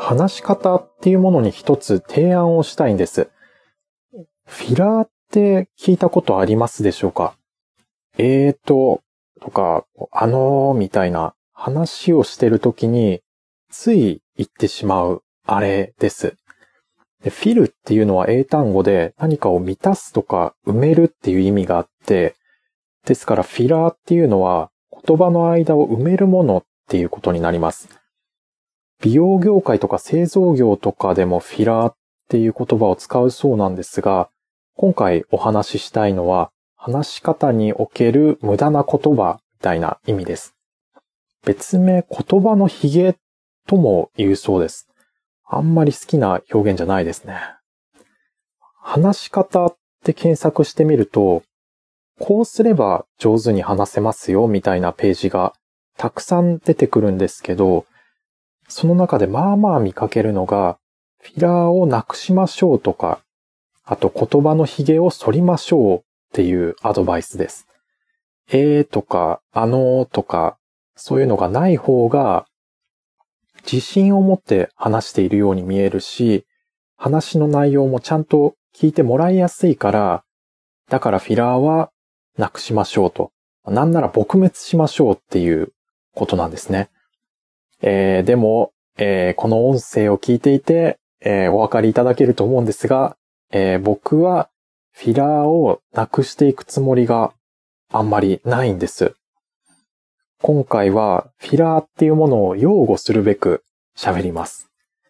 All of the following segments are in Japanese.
話し方っていうものに一つ提案をしたいんです。フィラーって聞いたことありますでしょうか？とか、みたいな話をしてるときについ言ってしまうあれです。で、フィルっていうのは英単語で何かを満たすとか埋めるっていう意味があって、ですからフィラーっていうのは言葉の間を埋めるものっていうことになります。美容業界とか製造業とかでもフィラーっていう言葉を使うそうなんですが、今回お話ししたいのは話し方における無駄な言葉みたいな意味です。別名言葉のヒゲとも言うそうです。あんまり好きな表現じゃないですね。話し方って検索してみると、こうすれば上手に話せますよみたいなページがたくさん出てくるんですけど、その中でまあまあ見かけるのが、フィラーをなくしましょうとか、あと言葉のヒゲを剃りましょうっていうアドバイスです。とか、とか、そういうのがない方が、自信を持って話しているように見えるし、話の内容もちゃんと聞いてもらいやすいから、だからフィラーはなくしましょうと。なんなら撲滅しましょうっていうことなんですね。でも、この音声を聞いていて、お分かりいただけると思うんですが、僕はフィラーをなくしていくつもりがあんまりないんです。今回はフィラーっていうものを擁護するべく喋ります。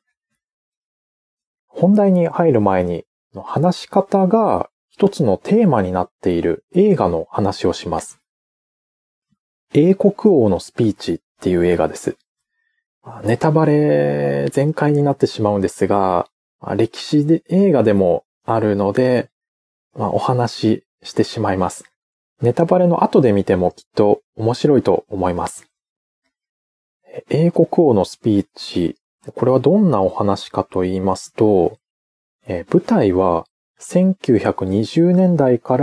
本題に入る前に、話し方が一つのテーマになっている映画の話をします。英国王のスピーチっていう映画です。ネタバレ全開になってしまうんですが、歴史映画でもあるので、お話ししてしまいます。ネタバレの後で見てもきっと面白いと思います。英国王のスピーチ、これはどんなお話かと言いますと、舞台は1920年代から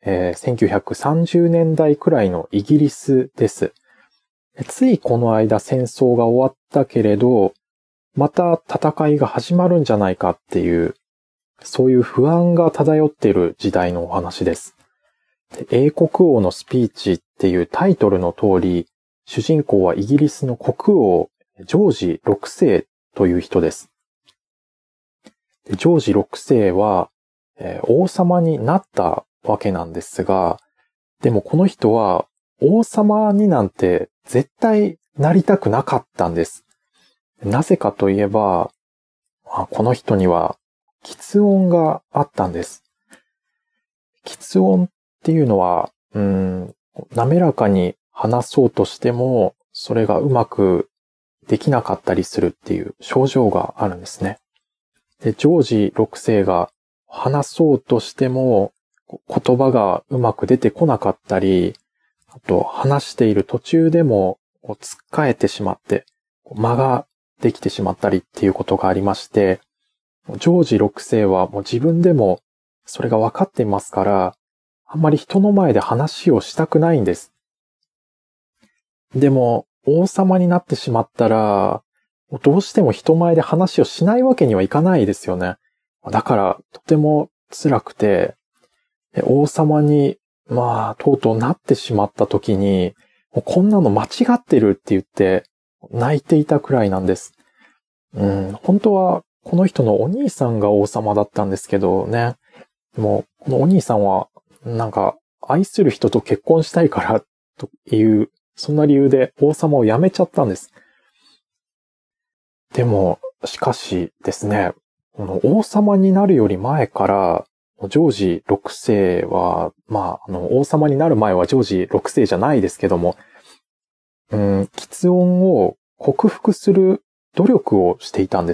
、1930年代くらいのイギリスです。ついこの間戦争が終わったけれど、また戦いが始まるんじゃないかっていう、そういう不安が漂っている時代のお話です。英国王のスピーチっていうタイトルの通り、主人公はイギリスの国王、ジョージ6世という人です。ジョージ6世は、王様になったわけなんですが、でもこの人は王様になんて絶対なりたくなかったんです。なぜかといえば、この人には喫音があったんです。喫音っていうのは、滑らかに話そうとしても、それがうまくできなかったりするっていう症状があるんですね。で、ジョージ6世が話そうとしても、言葉がうまく出てこなかったり、あと話している途中でもつっかえてしまって、間ができてしまったりっていうことがありまして、ジョージ6世はもう自分でもそれが分かっていますから、あんまり人の前で話をしたくないんです。でも、王様になってしまったら、どうしても人前で話をしないわけにはいかないですよね。だから、とても辛くて、王様に、とうとうなってしまった時に、こんなの間違ってるって言って、泣いていたくらいなんです。本当は、この人のお兄さんが王様だったんですけどね。でも、このお兄さんは、愛する人と結婚したいからという、そんな理由で王様を辞めちゃったんです。でも、しかしですね、この王様になるより前から、ジョージ6世は、王様になる前はジョージ6世じゃないですけども、喫音を克服する努力をしていたんです。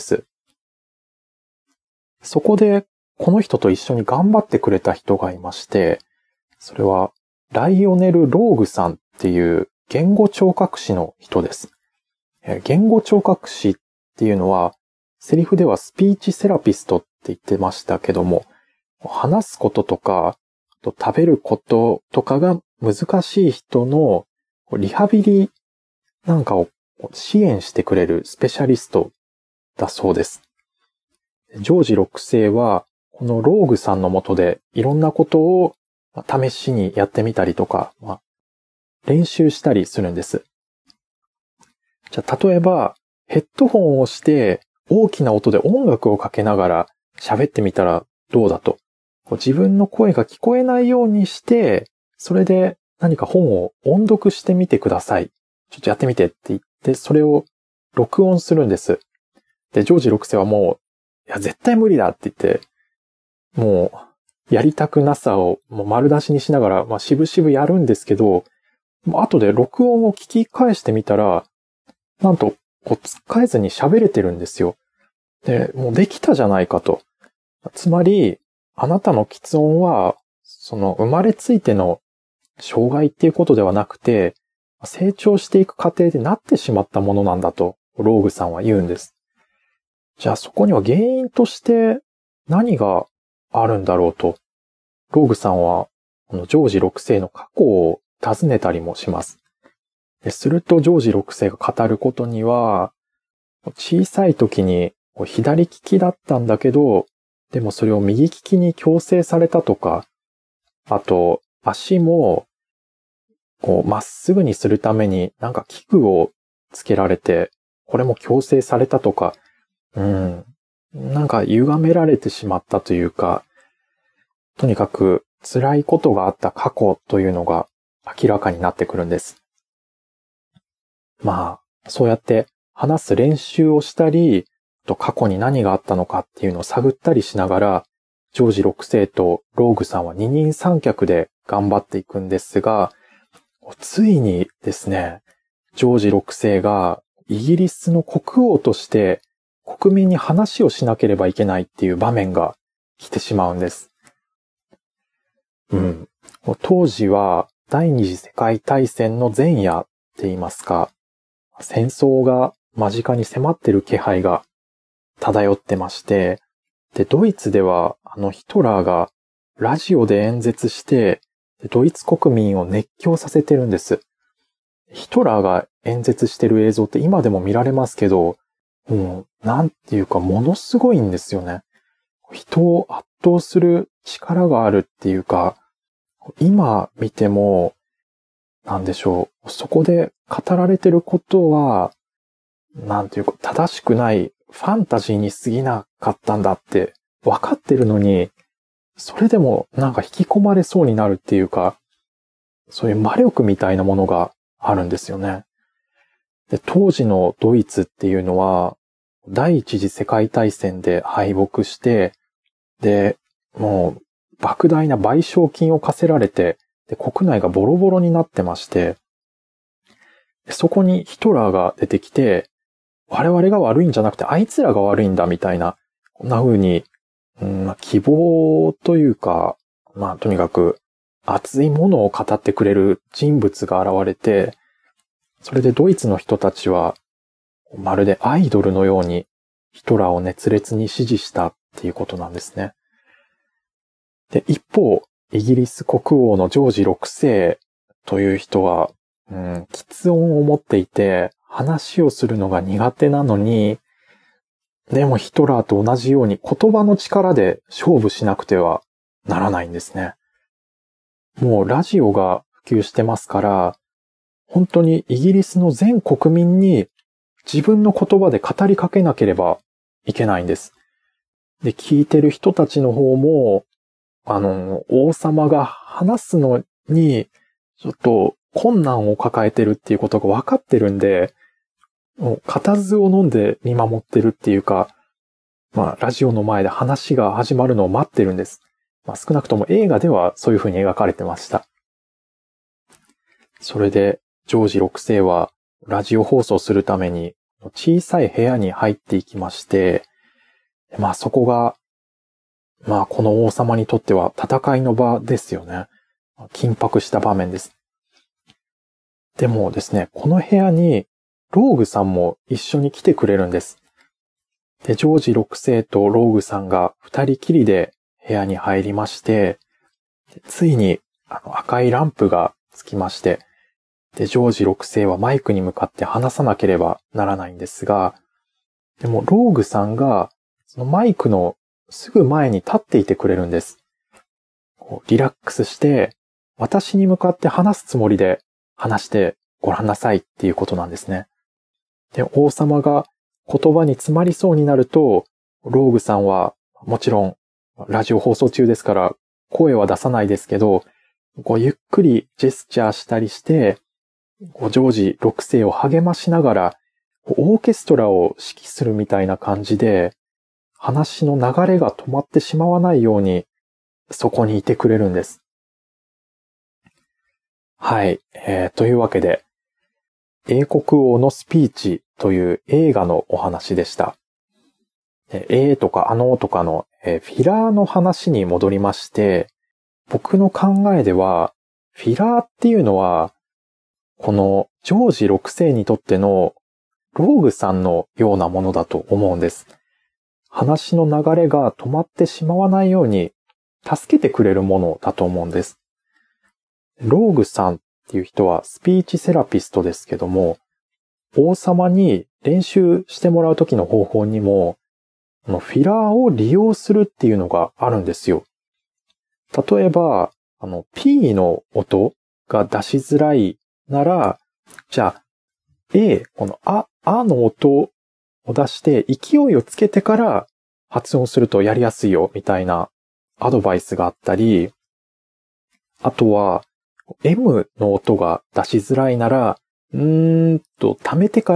そこで、この人と一緒に頑張ってくれた人がいまして、それは、ライオネル・ローグさんっていう言語聴覚士の人です。言語聴覚士っていうのは、セリフではスピーチセラピストって言ってましたけども、話すこととか、食べることとかが難しい人のリハビリなんかを支援してくれるスペシャリストだそうです。ジョージ6世は、このローグさんの下でいろんなことを試しにやってみたりとか、練習したりするんです。じゃあ、例えば、ヘッドホンをして大きな音で音楽をかけながら喋ってみたらどうだと。自分の声が聞こえないようにして、それで何か本を音読してみてください。ちょっとやってみてって言って、それを録音するんです。で、ジョージ6世はもう、いや、絶対無理だって言って、もう、やりたくなさをもう丸出しにしながら、渋々やるんですけど、後で録音を聞き返してみたら、なんと、つっかえずに喋れてるんですよ。で、もうできたじゃないかと。つまり、あなたの喫音は、その生まれついての障害っていうことではなくて、成長していく過程でなってしまったものなんだと、ローグさんは言うんです。じゃあそこには原因として何があるんだろうと、ローグさんは、このジョージ6世の過去を尋ねたりもします。するとジョージ6世が語ることには、小さい時に左利きだったんだけど、でもそれを右利きに強制されたとか、あと足もまっすぐにするためになんか器具をつけられて、これも強制されたとか、なんか歪められてしまったというか、とにかく辛いことがあった過去というのが明らかになってくるんです。そうやって話す練習をしたり、過去に何があったのかっていうのを探ったりしながら、ジョージ6世とローグさんは二人三脚で頑張っていくんですが、ついにですね、ジョージ6世がイギリスの国王として国民に話をしなければいけないっていう場面が来てしまうんです。当時は第二次世界大戦の前夜って言いますか、戦争が間近に迫ってる気配が漂ってまして、で、ドイツではヒトラーがラジオで演説して、ドイツ国民を熱狂させてるんです。ヒトラーが演説してる映像って今でも見られますけど、なんていうかものすごいんですよね。人を圧倒する力があるっていうか、今見ても、なんでしょう、そこで語られてることは、なんていうか正しくないファンタジーに過ぎなかったんだって分かってるのに、それでもなんか引き込まれそうになるっていうか、そういう魔力みたいなものがあるんですよね。で、当時のドイツっていうのは、第一次世界大戦で敗北して、で、もう莫大な賠償金を課せられて、で、国内がボロボロになってまして、そこにヒトラーが出てきて、我々が悪いんじゃなくてあいつらが悪いんだみたいな、こんな風に、希望というか、とにかく熱いものを語ってくれる人物が現れて、それでドイツの人たちは、まるでアイドルのようにヒトラーを熱烈に支持したっていうことなんですね。で、一方、イギリス国王のジョージ6世という人は、喫音を持っていて、話をするのが苦手なのに、でもヒトラーと同じように言葉の力で勝負しなくてはならないんですね。もうラジオが普及してますから、本当にイギリスの全国民に自分の言葉で語りかけなければいけないんです。で、聞いてる人たちの方も、王様が話すのに、ちょっと困難を抱えてるっていうことが分かってるんで、もう固唾を飲んで見守ってるっていうか、ラジオの前で話が始まるのを待ってるんです。少なくとも映画ではそういう風に描かれてました。それで、ジョージ6世はラジオ放送するために小さい部屋に入っていきまして、そこが、この王様にとっては戦いの場ですよね。緊迫した場面です。でもですね、この部屋にローグさんも一緒に来てくれるんです。で、ジョージ6世とローグさんが二人きりで部屋に入りまして、ついに赤いランプがつきまして、で、ジョージ6世はマイクに向かって話さなければならないんですが、 でもローグさんがそのマイクのすぐ前に立っていてくれるんです。リラックスして私に向かって話すつもりで話してごらんなさいっていうことなんですね。で、王様が言葉に詰まりそうになると、ローグさんはもちろんラジオ放送中ですから声は出さないですけど、ゆっくりジェスチャーしたりして、ジョージ6世を励ましながら、オーケストラを指揮するみたいな感じで、話の流れが止まってしまわないように、そこにいてくれるんです。はい。というわけで、英国王のスピーチという映画のお話でした。とかとかの、フィラーの話に戻りまして、僕の考えでは、フィラーっていうのは、このジョージ6世にとってのローグさんのようなものだと思うんです。話の流れが止まってしまわないように助けてくれるものだと思うんです。ローグさんっていう人はスピーチセラピストですけども、王様に練習してもらう時の方法にも、フィラーを利用するっていうのがあるんですよ。例えば、P の音が出しづらいなら、じゃあ、このあの音を出して勢いをつけてから発音するとやりやすいよみたいなアドバイスがあったり、あとは M の音が出しづらいなら、溜めてから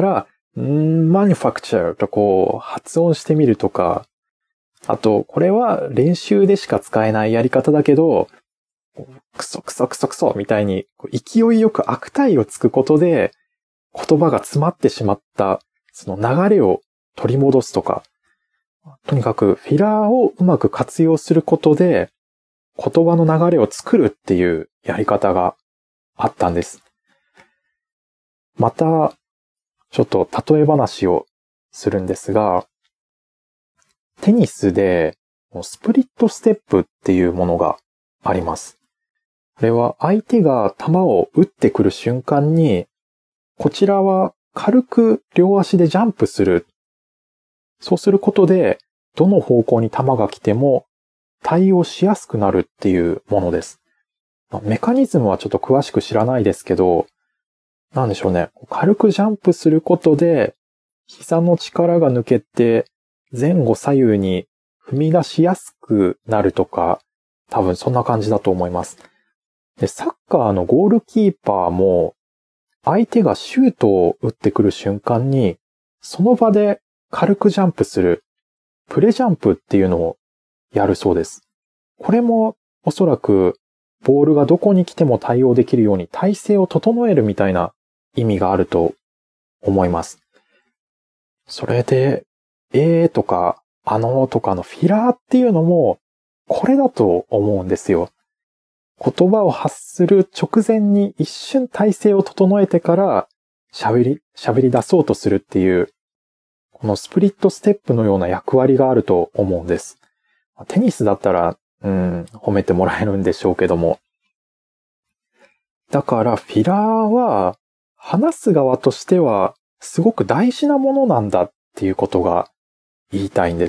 、manufacture と発音してみるとか、あと、これは練習でしか使えないやり方だけど、クソクソクソクソみたいに勢いよく悪態をつくことで言葉が詰まってしまったその流れを取り戻すとか、とにかくフィラーをうまく活用することで言葉の流れを作るっていうやり方があったんです。また、ちょっと例え話をするんですが、テニスでスプリットステップっていうものがあります。これは相手が球を打ってくる瞬間に、こちらは軽く両足でジャンプする。そうすることで、どの方向に球が来ても対応しやすくなるっていうものです。メカニズムはちょっと詳しく知らないですけど、なんでしょうね。軽くジャンプすることで、膝の力が抜けて前後左右に踏み出しやすくなるとか、多分そんな感じだと思います。で、サッカーのゴールキーパーも、相手がシュートを打ってくる瞬間に、その場で軽くジャンプする、プレジャンプっていうのをやるそうです。これもおそらく、ボールがどこに来ても対応できるように体勢を整えるみたいな意味があると思います。それで、とか、とかのフィラーっていうのも、これだと思うんですよ。言葉を発する直前に一瞬体勢を整えてから喋り出そうとするっていう、このスプリットステップのような役割があると思うんです。テニスだったら、褒めてもらえるんでしょうけども。だからフィラーは話す側としてはすごく大事なものなんだっていうことが言いたいんです。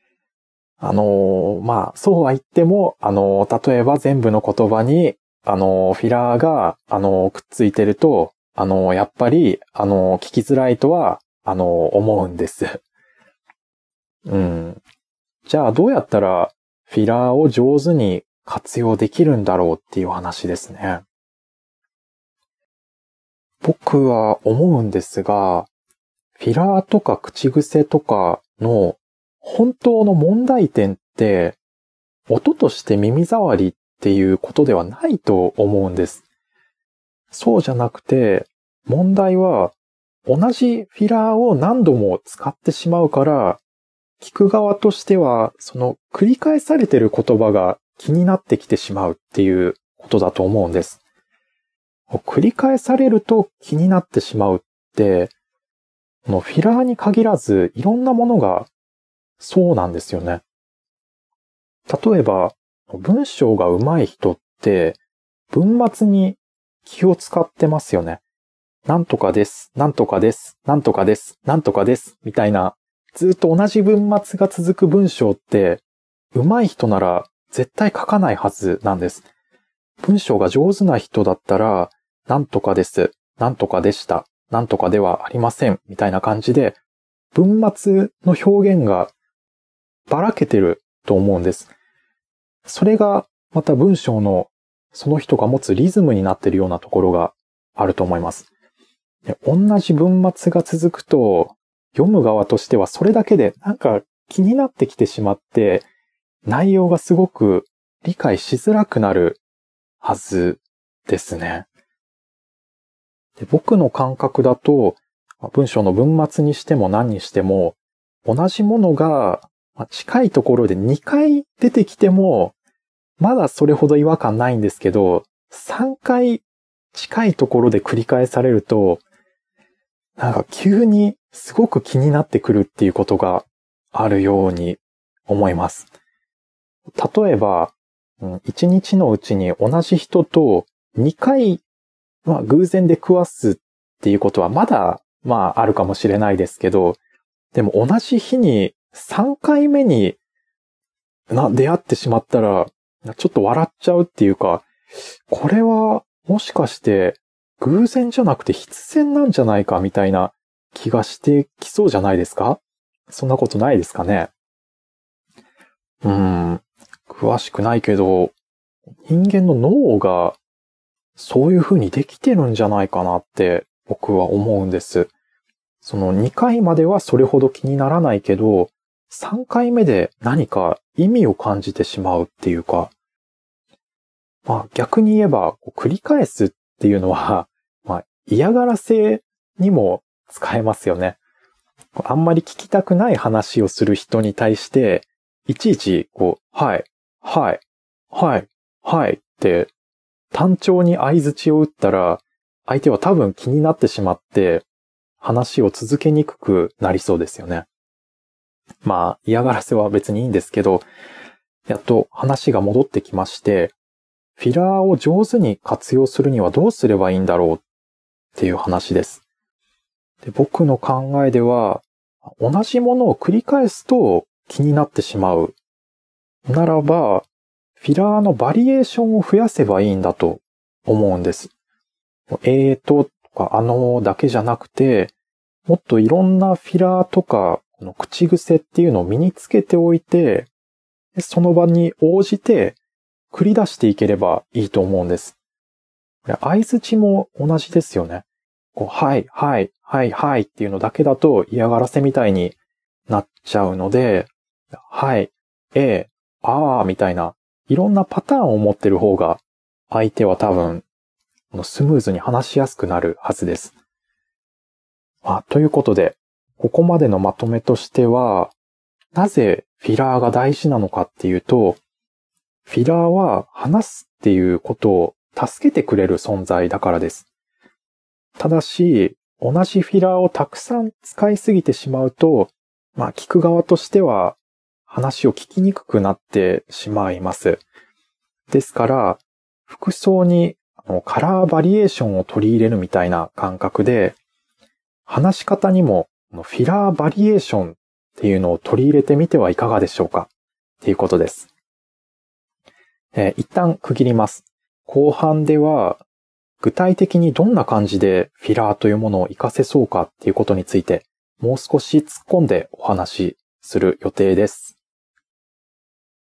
そうは言っても、例えば全部の言葉に、フィラーが、くっついてると、やっぱり、聞きづらいとは、思うんです。じゃあ、どうやったら、フィラーを上手に活用できるんだろうっていう話ですね。僕は思うんですが、フィラーとか口癖とかの本当の問題点って、音として耳障りっていうことではないと思うんです。そうじゃなくて、問題は同じフィラーを何度も使ってしまうから、聞く側としては、その繰り返されている言葉が気になってきてしまうっていうことだと思うんです。繰り返されると気になってしまうって、フィラーに限らずいろんなものがそうなんですよね。例えば、文章が上手い人って、文末に気を使ってますよね。なんとかです、なんとかです、なんとかです、なんとかです、みたいなずっと同じ文末が続く文章って、上手い人なら絶対書かないはずなんです。文章が上手な人だったら、なんとかです、なんとかでした、なんとかではありません、みたいな感じで、文末の表現がばらけてると思うんです。それがまた文章のその人が持つリズムになっているようなところがあると思います。同じ文末が続くと、読む側としてはそれだけでなんか気になってきてしまって、内容がすごく理解しづらくなるはずですね。で、僕の感覚だと、文章の文末にしても何にしても、同じものが近いところで2回出てきても、まだそれほど違和感ないんですけど、3回近いところで繰り返されると、なんか急にすごく気になってくるっていうことがあるように思います。例えば、1日のうちに同じ人と2回、偶然で食わすっていうことはまだ、あるかもしれないですけど、でも同じ日に3回目に出会ってしまったら、ちょっと笑っちゃうっていうか、これはもしかして偶然じゃなくて必然なんじゃないかみたいな気がしてきそうじゃないですか？そんなことないですかね？詳しくないけど、人間の脳がそういう風にできてるんじゃないかなって僕は思うんです。その2回まではそれほど気にならないけど、3回目で何か意味を感じてしまうっていうか、逆に言えば繰り返すっていうのは、嫌がらせにも使えますよね。あんまり聞きたくない話をする人に対して、いちいちはい、はい、はい、はいって単調に相槌を打ったら、相手は多分気になってしまって、話を続けにくくなりそうですよね。嫌がらせは別にいいんですけど、やっと話が戻ってきまして、フィラーを上手に活用するにはどうすればいいんだろうっていう話です。で、僕の考えでは、同じものを繰り返すと気になってしまう。ならば、フィラーのバリエーションを増やせばいいんだと思うんです。とかだけじゃなくて、もっといろんなフィラーとか、口癖っていうのを身につけておいて、その場に応じて繰り出していければいいと思うんです。相槌も同じですよね。はい、はい、はい、はいっていうのだけだと嫌がらせみたいになっちゃうので、はい、みたいないろんなパターンを持ってる方が相手は多分スムーズに話しやすくなるはずです。ということで、ここまでのまとめとしては、なぜフィラーが大事なのかっていうと、フィラーは話すっていうことを助けてくれる存在だからです。ただし、同じフィラーをたくさん使いすぎてしまうと、聞く側としては話を聞きにくくなってしまいます。ですから、服装にカラーバリエーションを取り入れるみたいな感覚で、話し方にもフィラーバリエーションっていうのを取り入れてみてはいかがでしょうかっていうことです。一旦区切ります。後半では具体的にどんな感じでフィラーというものを活かせそうかっていうことについてもう少し突っ込んでお話しする予定です。